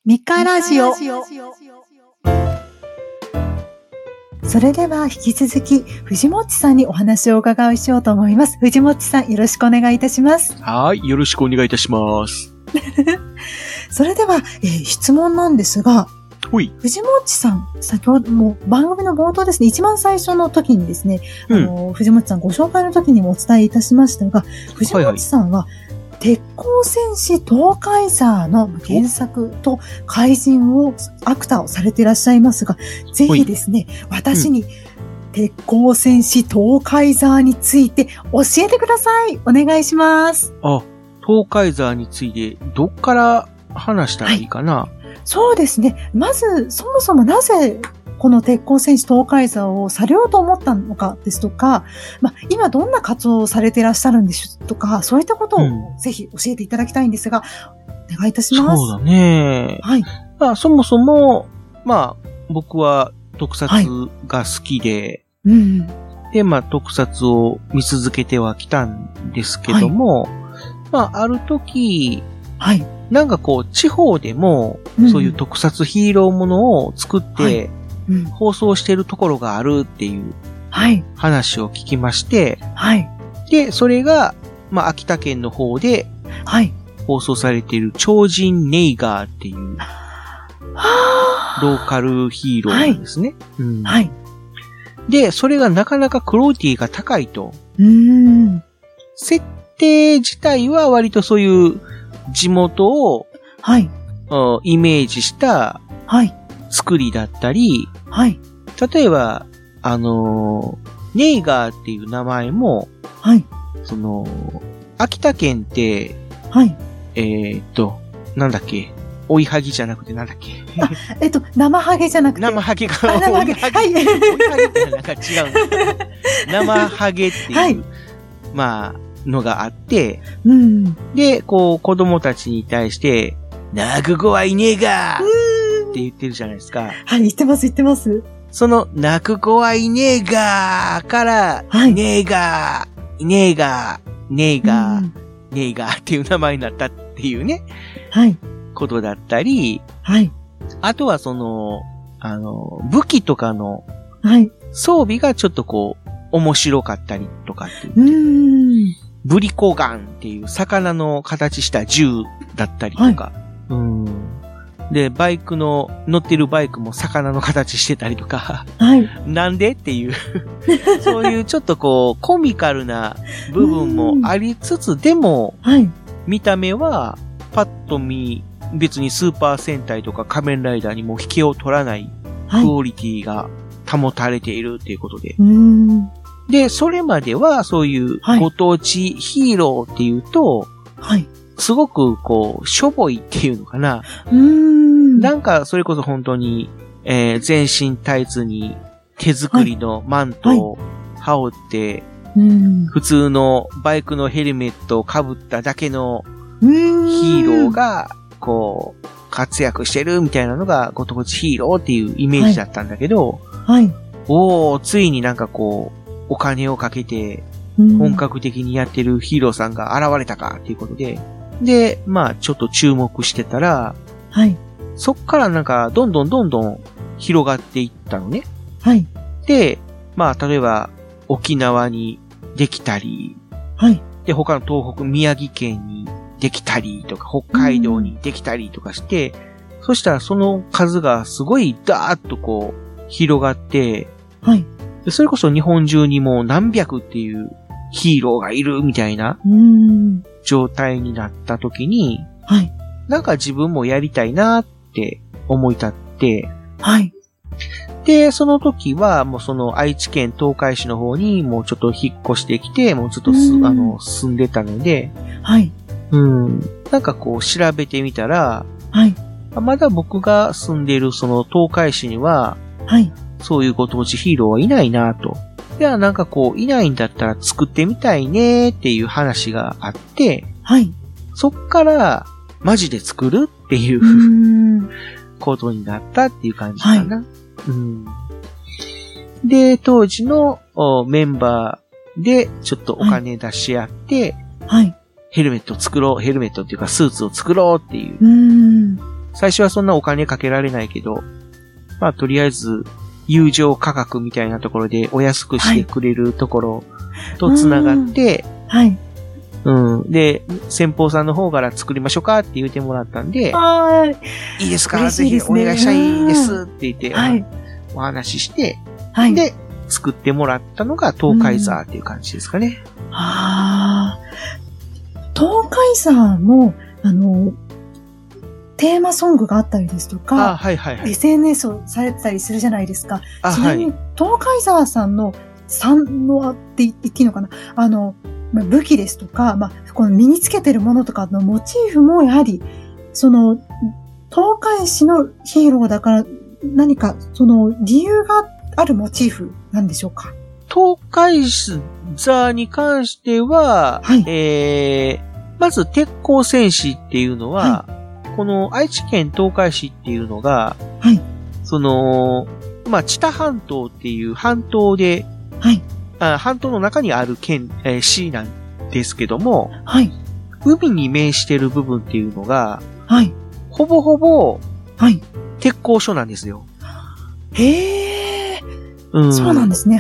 ミカラジオ。それでは引き続き藤もっちさんにお話を伺いしようと思います。藤もっちさん、よろしくお願いいたします。 はい、よろしくお願いいたします。 それでは、質問なんですが、藤もっちさん、先ほども番組の冒頭ですね、一番最初の時にですね、藤もっちさんご紹介の時にもお伝えいたしましたが、藤もっちさんは、鉄鋼戦士東海ザーの原作と怪人を、アクターをされていらっしゃいますが、ぜひですね、私に鉄鋼戦士東海ザーについて教えてください。お願いします。 あ、東海ザーについてどっから話したらいいかな、はい、 そうですね。まず、そもそもなぜ、この鉄鋼戦士東海ザーをされようと思ったのかですとか、今どんな活動をされていらっしゃるんでしょうとか、そういったことをぜひ教えていただきたいんですが、お願いいたします。 そうだね。はい。そもそも、僕は特撮が好きで、で、特撮を見続けてはきたんですけども、ある時、なんか地方でも、そういう特撮ヒーローものを作って、放送しているところがあるっていう話を聞きまして、で、それが、秋田県の方で放送されている超人ネイガーっていうローカルヒーローなんですね。で、それがなかなかクオリティが高いと。設定自体は割とそういう地元をイメージした作りだったり、例えば、ネイガーっていう名前も、秋田県って、なんだっけ、追いはぎじゃなくてなんだっけ。 生ハゲじゃなくて。 生ハゲが、追いはぎってなんか違うんだ。生ハゲっていう、のがあって、で、子供たちに対して、泣く子はいねえがって言ってるじゃないですか。 はい、言ってます。 その、泣く子はいねえがから、ねえが、ねえが、ねえが、ねえがっていう名前になったっていうね。ことだったり。あとは武器とかの、装備がちょっと面白かったりとかっていう。ブリコガンっていう魚の形した銃だったりとか。で、乗ってるバイクも魚の形してたりとか。なんでっていう。そういうちょっとコミカルな部分もありつつ、でも、見た目は、パッと別にスーパー戦隊とか仮面ライダーにも引けを取らないクオリティが保たれているっていうことで。で、それまではそういうご当地ヒーローっていうと、すごくしょぼいっていうのかな。なんかそれこそ本当に、全身タイツに手作りのマントを羽織って、普通のバイクのヘルメットを被っただけのヒーローが、活躍してるみたいなのがご当地ヒーローっていうイメージだったんだけど、ついになんかお金をかけて、本格的にやってるヒーローさんが現れたかっていうことで、で、ちょっと注目してたら、そっからなんか、どんどん広がっていったのね。で、例えば、沖縄にできたり、で、他の東北、宮城県にできたりとか、北海道にできたりとかして、そしたらその数がすごいダーッと広がって、それこそ日本中にもう何百っていうヒーローがいるみたいな状態になった時に、なんか自分もやりたいなって思い立って、で、その時はもうその愛知県東海市の方にもうちょっと引っ越してきて、もうずっと住んでたので、なんか調べてみたら、まだ僕が住んでいるその東海市には、そういうご当地ヒーローはいないなと。ではなんかいないんだったら作ってみたいねっていう話があって、そっからマジで作るっていうことになったっていう感じかな。で、当時のメンバーでちょっとお金出し合って、ヘルメットっていうかスーツを作ろうっていう最初はそんなお金かけられないけど、まあとりあえず友情価格みたいなところでお安くしてくれるところと繋がって、 はい。 で、先方さんの方から作りましょうかって言ってもらったんで、いいですか、ぜひお願いしたいですって言って、お話しして、で、作ってもらったのが東海座っていう感じですかね。 東海座も、テーマソングがあったりですとか、SNS をされてたりするじゃないですか。ちなみに、東海座さんのって言っていいのかな、武器ですとか、この身につけてるものとかのモチーフもやはり、東海市のヒーローだから何か、理由があるモチーフなんでしょうか？ 東海座に関しては、まず鉄鋼戦士っていうのは、この愛知県東海市っていうのが、知多半島っていう半島で、半島の中にある市なんですけども、海に面してる部分っていうのが、ほぼほぼ、鉄鋼所なんですよ。 そうなんですね。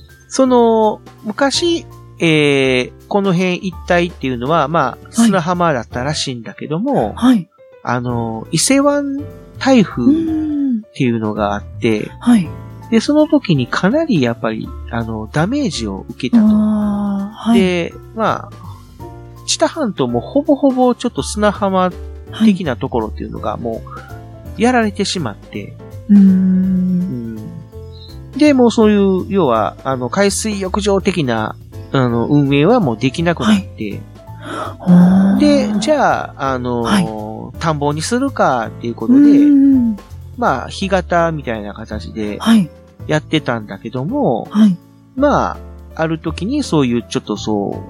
昔、この辺一帯っていうのは、砂浜だったらしいんだけども、伊勢湾台風っていうのがあって、で、その時にかなりやっぱり、ダメージを受けたと。で、知多半島もほぼほぼちょっと砂浜的なところっていうのがもう、やられてしまって、で、もうそういう、要は、海水浴場的な、運営はもうできなくなって、で、じゃあ、田んぼにするかっていうことで、干潟みたいな形で、やってたんだけども、ある時にそういうちょっと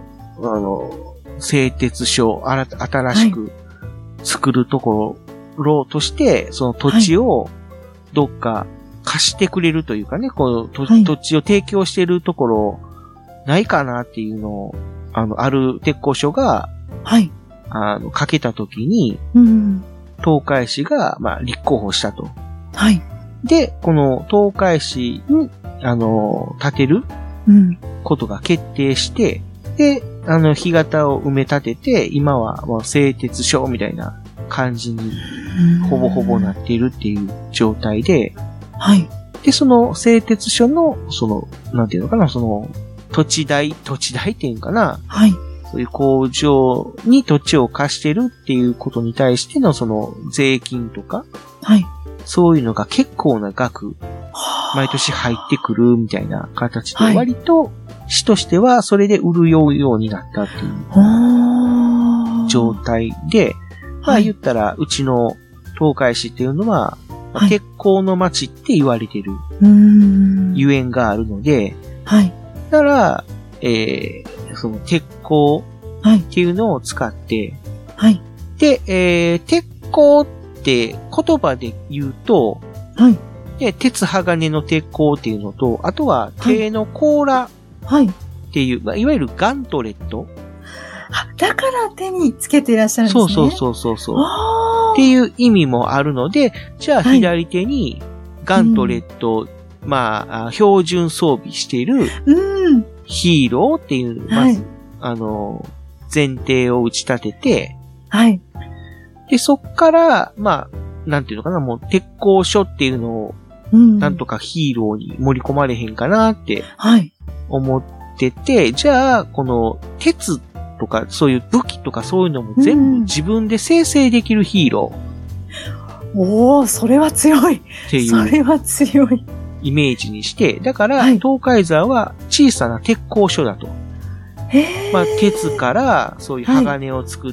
製鉄所、新しく作るところとして、その土地をどっか貸してくれるというかね、この土地を提供しているところないかなっていうのを、ある鉄工所が、かけた時に、東海市が、立候補したと。で、この東海市に、建てることが決定して、で、干潟を埋め立てて、今はもう製鉄所みたいな感じに、ほぼほぼなっているっていう状態で、で、その製鉄所の、なんていうのかな、土地代っていうのかな、そういう工場に土地を貸してるっていうことに対しての税金とか、そういうのが結構な額、毎年入ってくるみたいな形で、割と市としてはそれで潤うようになったっていう状態で、言ったらうちの東海市っていうのは、鉄鋼の町って言われてるゆえんがあるので、だから、その鉄鋼っていうのを使って、で、鉄鋼って言葉で言うと、で、鉄鋼の鉄鋼っていうのと、あとは手の甲羅っていう、いわゆるガントレット。 だから手につけていらっしゃるんですね。 そう。っていう意味もあるので、じゃあ左手にガントレット、標準装備しているヒーローっていう、まず、前提を打ち立てて、で、そっから、なんていうのかな、もう鉄工所っていうのを、なんとかヒーローに盛り込まれへんかなって思ってて、じゃあ、この鉄とかそういう武器とかそういうのも全部自分で生成できるヒーロー。それは強い。 っていう。 それは強い。 イメージにして、だから、東海座は小さな鉄工所だと。鉄からそういう鋼を作って、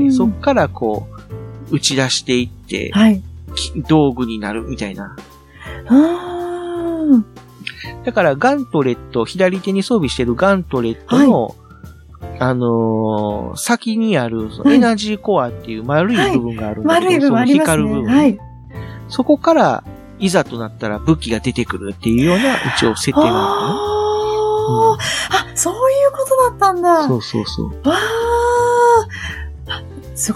そっからこう、打ち出していって、道具になるみたいな。だからガントレット、左手に装備してるガントレットの、先にあるエナジーコアっていう丸い部分があるんだけど、 丸い部分ありますね。 光る部分。そこから、いざとなったら武器が出てくるっていうような一応設定があるのね。そういうことだったんだ。 そう。 すごい。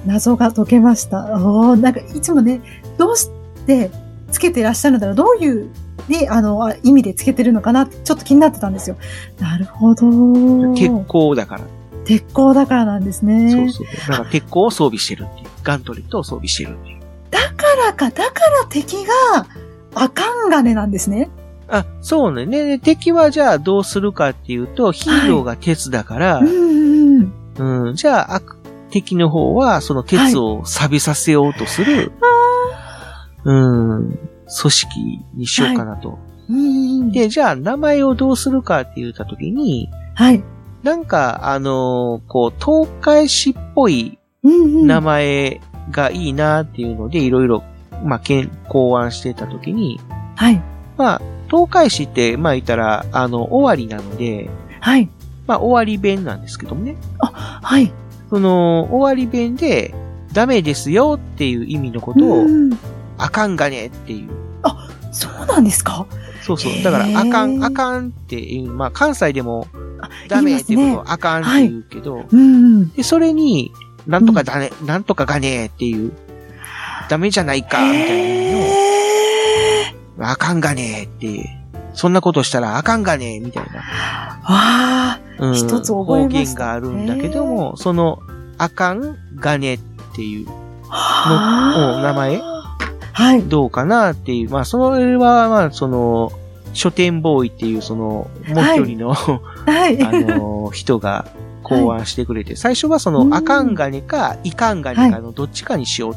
謎が解けました。なんかいつもね、どうしてつけてらっしゃるんだろう、どういうね、意味でつけてるのかなってちょっと気になってたんですよ。なるほど。 鉄鋼だから。 鉄鋼だからなんですね。 そうそう。だから鉄鋼を装備してるっていう。ガントレットを装備してるっていう。 だから敵がアカンガネなんですね。 あ、そうね。敵はじゃあどうするかっていうと、ヒーローが鉄だから、じゃあ敵の方はその鉄を錆びさせようとする、組織にしようかなと。で、じゃあ名前をどうするかって言ったときに、なんか、こう、東海市っぽい名前がいいなっていうので、いろいろ、考案してたときに、東海市って、言ったら、終わりなので、終わり弁なんですけどもね。その、終わり弁で、ダメですよっていう意味のことを、あかんがねっていう。 あ、そうなんですか？ そう。だから、あかんっていう、関西でも、ダメっていうことをあかんって言うけど、で、それに、なんとかだね、なんとかがねっていう、ダメじゃないか、みたいなのを、あかんがねって、そんなことしたらあかんがねみたいな。 一つ覚えました。 方言があるんだけども、その、あかんがねっていうの名前どうかなっていう。それは、書店ボーイっていう、もう一人の、人が考案してくれて、最初はあかんがねか、いかんがねかのどっちかにしようって。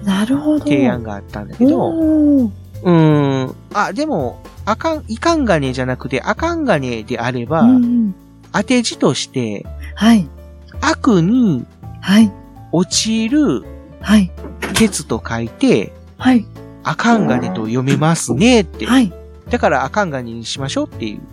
なるほど。 提案があったんだけど、でも、いかんがねじゃなくて、あかんがねであれば、当て字として、悪に、陥る、鉄と書いて、あかんがねと読めますねって。だからあかんがねにしましょうっていう。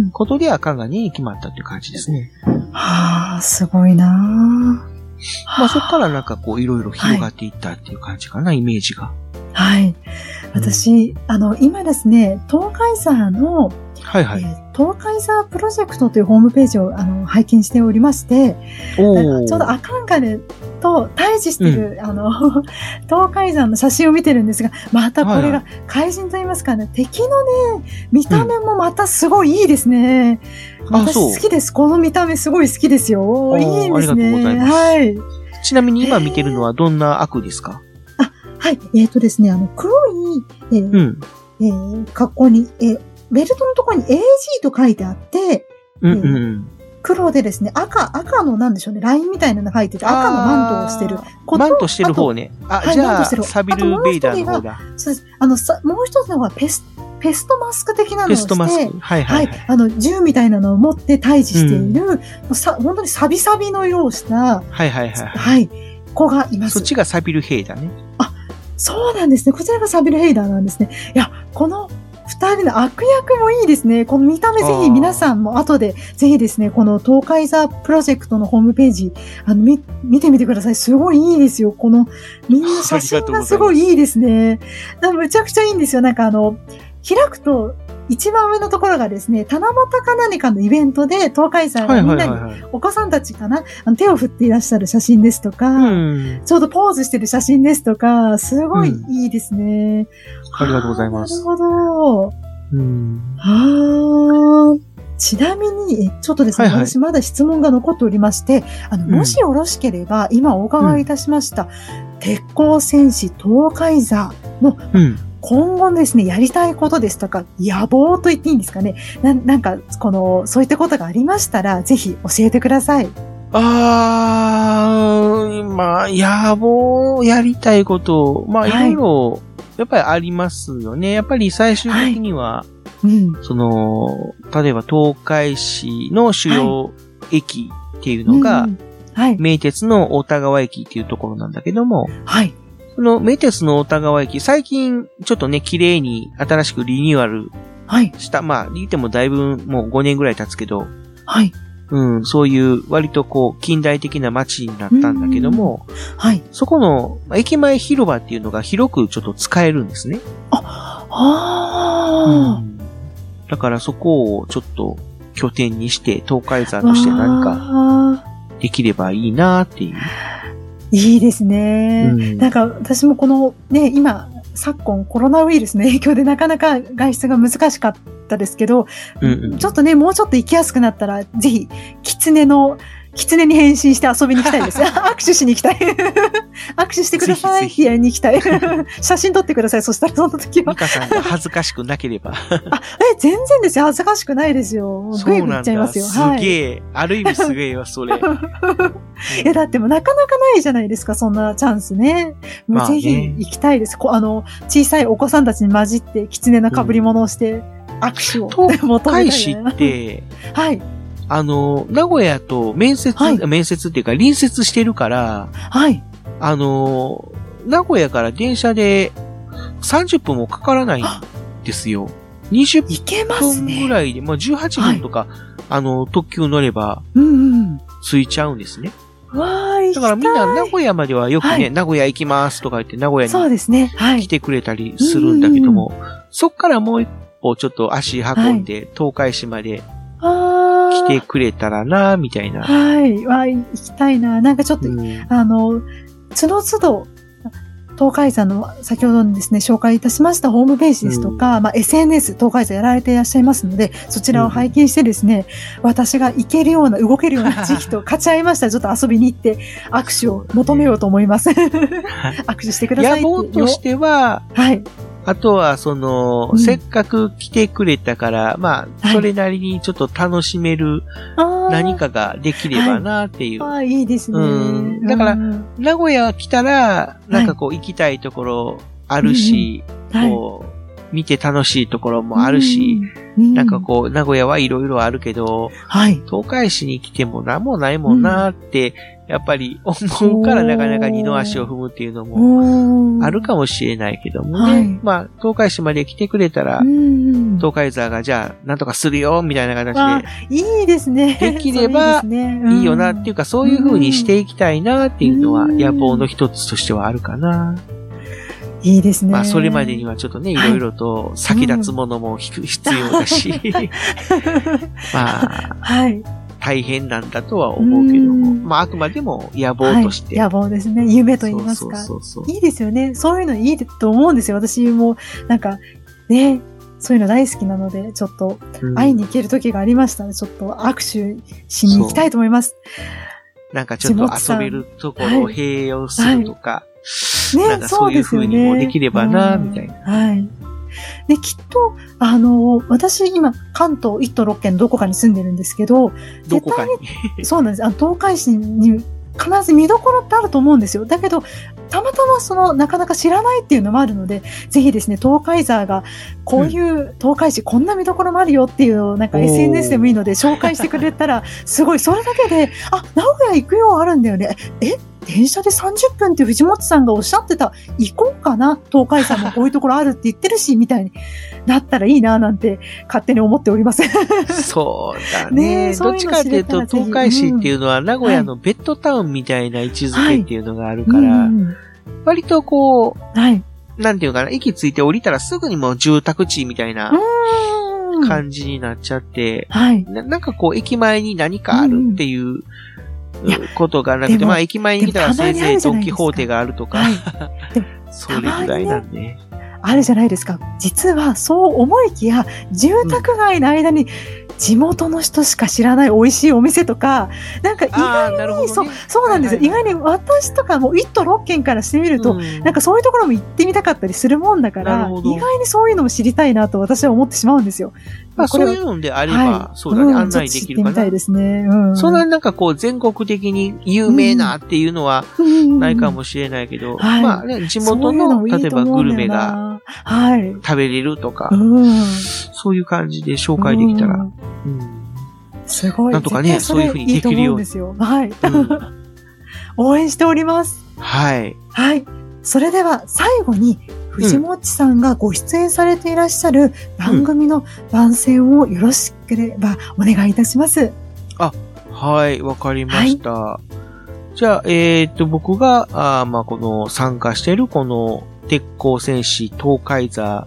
ことであかんがねに決まったっていう感じですね。 すごいなぁ。そっからなんかこういろいろ広がっていったっていう感じかな、イメージが。 私、今ですね、東海沢の、東海沢プロジェクトというホームページを拝見しておりまして、ちょうどあかんがねと対峙している、東海沢の写真を見てるんですが、またこれが怪人と言いますかね、敵のね、見た目もまたすごいいいですね。私好きです。この見た目すごい好きですよ。いいですね。 ありがとうございます。ちなみに今見てるのはどんな悪ですか？ ですね、黒い、格好に、ベルトのところに AG と書いてあって、黒でですね、赤のなんでしょうね、ラインみたいなのが書いてて、赤のマントをしてること。 マントしてる方ね。じゃあ、サビル・ベイダーの方だ。 そうです。もう一つの方はペストマスク的なのをして、 ペストマスク。 銃みたいなのを持って対峙している、本当にサビサビの色をした、子がいます。 そっちがサビル・ヘイだね。 そうなんですね。こちらがサビル・ヘイダーなんですね。いや、この二人の悪役もいいですね。この見た目ぜひ皆さんも後でぜひですね、この東海座プロジェクトのホームページ、見てみてください。すごいいいですよ。この、みんな写真がすごいいいですね。むちゃくちゃいいんですよ。なんか開くと、一番上のところがですね、七夕か何かのイベントで、東海さんがみんなに、お子さんたちかな、手を振っていらっしゃる写真ですとか、ちょうどポーズしてる写真ですとか、すごいいいですね。 ありがとうございます。 なるほど。ちなみに、ちょっとですね、私まだ質問が残っておりまして、もしよろしければ、今お伺いいたしました、鉄鋼戦士東海座の、今後ですね、やりたいことですとか、野望と言っていいんですかね。なんか、そういったことがありましたら、ぜひ教えてください。 野望、やりたいこと、いろいろ、やっぱりありますよね。やっぱり最終的には、例えば東海市の主要駅っていうのが、名鉄の大田川駅っていうところなんだけども、この名鉄の大田川駅、最近ちょっとね、綺麗に新しくリニューアルした、言ってもだいぶもう5年ぐらい経つけど、そういう割とこう近代的な街になったんだけども、そこの駅前広場っていうのが広くちょっと使えるんですね。だからそこをちょっと拠点にして東海座として何かできればいいなっていう。 いいですね。なんか私もこのね、今、昨今コロナウイルスの影響でなかなか外出が難しかったですけど、ちょっとね、もうちょっと行きやすくなったら、ぜひ、狐に変身して遊びに行きたいです。握手しに行きたい。握手してください。ってやりに行きたい。写真撮ってください。そしたらその時は。 ミカさんが恥ずかしくなければ。 全然ですよ。恥ずかしくないですよ。グイグイ行っちゃいますよ。 すげえ。ある意味すげえわ、それ。 だってもうなかなかないじゃないですか、そんなチャンスね。もうぜひ行きたいです。小さいお子さんたちに混じって、狐の被り物をして、握手を求めたいな。 東海市って、 はい。 名古屋と面接っていうか隣接してるから、 はい。 名古屋から電車で30分もかからないんですよ。20分ぐらいで、まあ、18分とか、特急乗れば、着いちゃうんですね。だからみんな名古屋まではよくね、名古屋行きますとか言って名古屋に来てくれたりするんだけども、そっからもう一歩ちょっと足運んで、東海市まで来てくれたらな、みたいな。 はい。行きたいな。なんかちょっと、つどつど、東海座の先ほどですね、紹介いたしましたホームページですとか、SNS、東海座やられていらっしゃいますので、そちらを拝見してですね、私が行けるような、動けるような時期と勝ち合いましたら、ちょっと遊びに行って握手を求めようと思います。握手してくださいって。 野望としては、 はい。 あとは、せっかく来てくれたから、まあ、それなりにちょっと楽しめる何かができればなっていう。 いいですね。 だから、名古屋来たら、なんかこう行きたいところあるし、こう、見て楽しいところもあるし、なんかこう、名古屋はいろいろあるけど、東海市に来ても何もないもんなって、やっぱり思うからなかなか二の足を踏むっていうのもあるかもしれないけどもね。まあ、東海市まで来てくれたら、東海座がじゃあ、なんとかするよ、みたいな形で。 いいですね。 できればいいよなっていうか、そういう風にしていきたいなっていうのは、野望の一つとしてはあるかな。 いいですね。 まあ、それまでにはちょっとね、いろいろと先立つものも必要だし、まあ、大変なんだとは思うけども、まあ、あくまでも野望として。 野望ですね。夢と言いますか。いいですよね。そういうのいいと思うんですよ。私も、なんか、ね、そういうの大好きなので、ちょっと、会いに行ける時がありましたので、ちょっと握手しに行きたいと思います。 なんかちょっと遊べるところを併用するとか、なんかそういう風にもできればな、みたいな。 で、きっと、私今、関東1都6県どこかに住んでるんですけど、 どこかにそうなんです。東海市に必ず見どころってあると思うんですよ。だけど、たまたまなかなか知らないっていうのもあるので、ぜひですね、東海座が、こういう東海市、こんな見どころもあるよっていうのを、なんか SNS でもいいので紹介してくれたら、すごい、それだけで、名古屋行くようあるんだよね。電車で30分って藤本さんがおっしゃってた、行こうかな、東海さんもこういうところあるって言ってるし、みたいになったらいいな、なんて勝手に思っております。 そうだね。どっちかっていうと、東海市っていうのは名古屋のベッドタウンみたいな位置づけっていうのがあるから、割とこう、なんていうかな、駅着いて降りたらすぐにもう住宅地みたいな感じになっちゃって、なんかこう、駅前に何かあるっていう、ことがなくて、まあ駅前に来たらせいぜいドンキホーテがあるとか、それぐらいなんで。 あるじゃないですか。実はそう思いきや、住宅街の間に地元の人しか知らない美味しいお店とか、なんか意外に、そうなんですよ。意外に私とかも1都6県からしてみると、なんかそういうところも行ってみたかったりするもんだから、意外にそういうのも知りたいなと私は思ってしまうんですよ。 まあそういうのであれば、そうだね、案内できるかな。 知ってみたいですね。 そんななんかこう全国的に有名なっていうのはないかもしれないけど、まあね、地元の例えばグルメが食べれるとか、そういう感じで紹介できたら、 すごい。 なんとかね、そういうふうにできるように。 応援しております。 はい。 それでは最後に、藤もちさんがご出演されていらっしゃる番組の番宣をよろしければお願いいたします。 はい、わかりました。じゃあ、僕が、まあ、この参加しているこの鉄鋼戦士東海座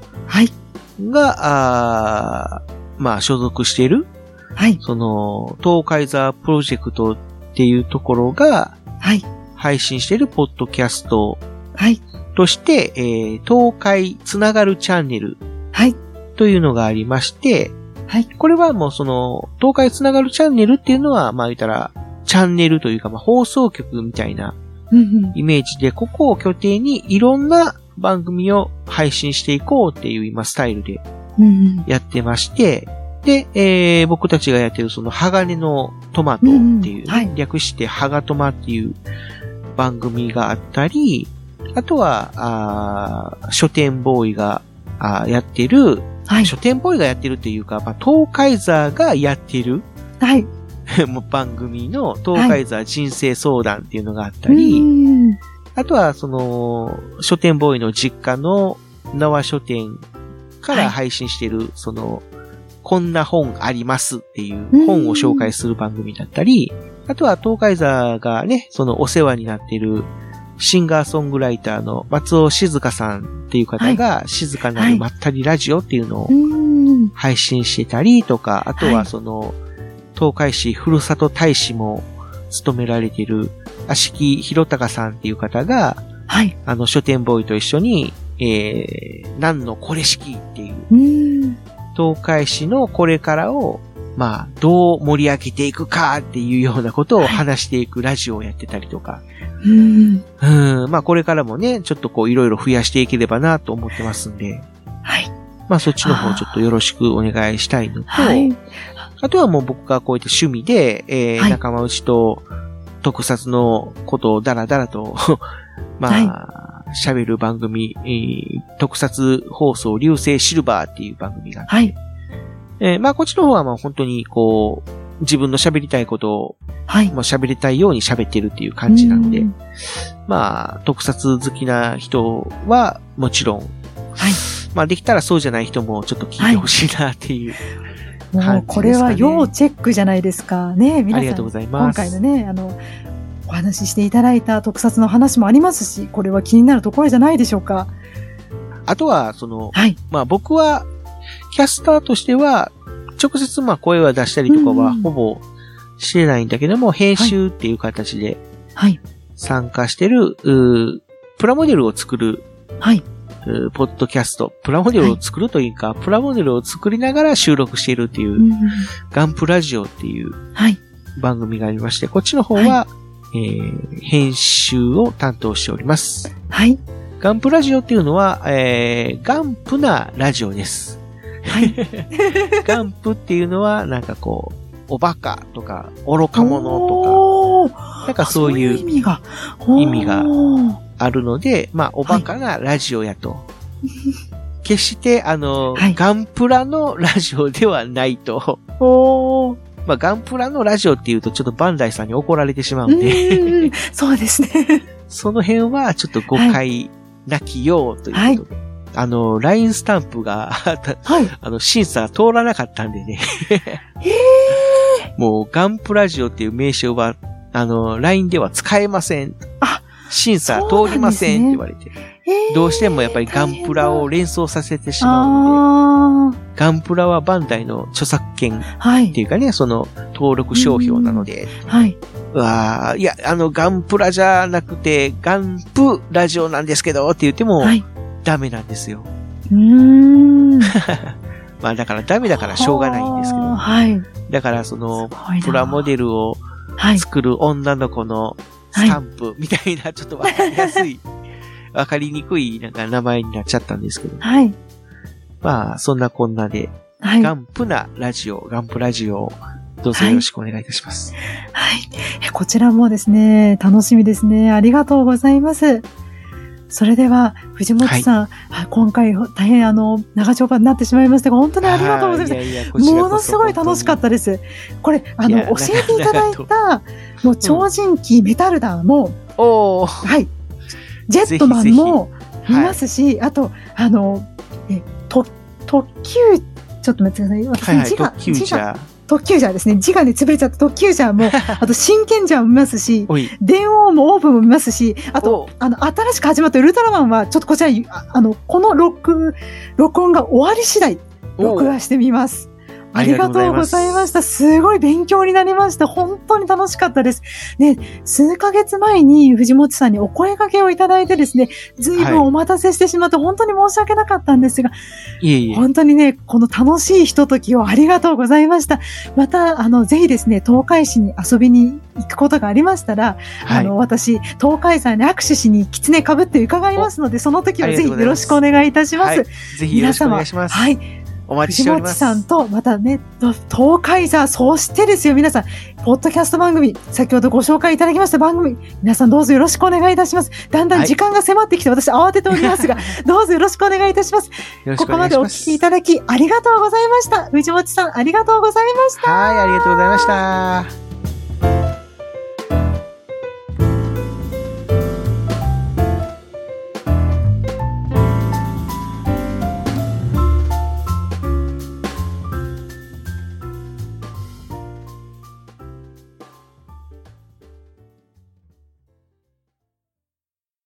が、まあ、所属している、その、東海座プロジェクトっていうところが、 配信しているポッドキャストとして、東海つながるチャンネルというのがありまして、これはもうその、東海つながるチャンネルっていうのは、まあ言ったら、チャンネルというか、まあ放送局みたいなイメージで、ここを拠点にいろんな番組を配信していこうっていう今スタイルでやってまして、で、僕たちがやってるその鋼のトマトっていう、略してハガトマっていう番組があったり、あとは、書店ボーイがやってる、書店ボーイがやってるっていうか、まあ、東海座がやってる、番組の東海座人生相談っていうのがあったり、あとはその、書店ボーイの実家の縄書店から配信してる、その、こんな本ありますっていう本を紹介する番組だったり、あとは東海座がね、そのお世話になっているシンガーソングライターの松尾静香さんっていう方が、静かなるまったりラジオっていうのを配信してたりとか、あとはその、東海市ふるさと大使も務められている足木弘隆さんっていう方が、書店ボーイと一緒に、何のこれ式っていう、東海市のこれからを、まあ、どう盛り上げていくかっていうようなことを話していくラジオをやってたりとか。まあ、これからもね、ちょっとこう、いろいろ増やしていければなと思ってますんで。まあ、そっちの方ちょっとよろしくお願いしたいのと、あとはもう僕がこうやって趣味で、仲間内と特撮のことをダラダラと、まあ、喋る番組、特撮放送流星シルバーっていう番組があって、まあこっちの方はまあ本当にこう、自分の喋りたいことを、もう喋りたいように喋ってるっていう感じなので、まあ特撮好きな人はもちろん、まあできたらそうじゃない人もちょっと聞いてほしいなっていう、 もうこれは要チェックじゃないですかね。皆さん、 ありがとうございます。 今回のね、お話ししていただいた特撮の話もありますし、これは気になるところじゃないでしょうか。 あとは、その、まあ僕は、キャスターとしては、直接まあ声は出したりとかはほぼしてないんだけども、編集っていう形で、参加してる、プラモデルを作る、ポッドキャスト、プラモデルを作るというか、プラモデルを作りながら収録しているっていう、ガンプラジオっていう番組がありまして、こっちの方は、編集を担当しております。ガンプラジオっていうのは、ガンプなラジオです。ガンプっていうのは、なんかこう、おバカとか、愚か者とか、なんかそういう意味があるので、まあ、おバカなラジオやと。決して、ガンプラのラジオではないと。まあ、ガンプラのラジオっていうとちょっとバンダイさんに怒られてしまうんで。 そうですね。 その辺はちょっと誤解なきようということで。LINE スタンプが、審査通らなかったんでね。もう、ガンプラジオっていう名称は、LINE では使えません。審査通りませんって言われて。どうしてもやっぱりガンプラを連想させてしまうので、ガンプラはバンダイの著作権っていうかね、その登録商標なので、いや、ガンプラじゃなくて、ガンプラジオなんですけどって言っても、ダメなんですよ。まあだからダメだからしょうがないんですけど、だからその、プラモデルを作る女の子のスタンプみたいな、ちょっとわかりやすい、わかりにくいなんか名前になっちゃったんですけど。まあ、そんなこんなで、ガンプなラジオ、ガンプラジオをどうぞよろしくお願いいたします。 こちらもですね、楽しみですね。ありがとうございます。それでは、藤本さん、今回大変長丁場になってしまいましたが、本当にありがとうございます。ものすごい楽しかったです。これ、教えていただいた、もう超人気メタルダーも、ジェットマンも見ますし、あと、特急、ちょっと待ってください。私、特急ジャーですね。字がね、潰れちゃった特急ジャーも、あと、真剣ジャーも見ますし、電王もオープンも見ますし、あと、新しく始まったウルトラマンは、ちょっとこちら、この録音が終わり次第、録画してみます。 ありがとうございました。すごい勉強になりました。本当に楽しかったです。ね、数ヶ月前に藤本さんにお声掛けをいただいてですね、ずいぶんお待たせしてしまって本当に申し訳なかったんですが、本当にね、この楽しいひとときをありがとうございました。また、ぜひですね、東海市に遊びに行くことがありましたら、私、東海山に握手しに狐被って伺いますので、その時はぜひよろしくお願いいたします。 ぜひよろしくお願いします。 はい。 お待ちしております。 藤本さんと、またね、東海座、そしてですよ、皆さん、ポッドキャスト番組、先ほどご紹介いただきました番組、皆さんどうぞよろしくお願いいたします。だんだん時間が迫ってきて、私慌てておりますが、どうぞよろしくお願いいたします。ここまでお聞きいただき、ありがとうございました。藤本さん、ありがとうございました。 はい、ありがとうございました。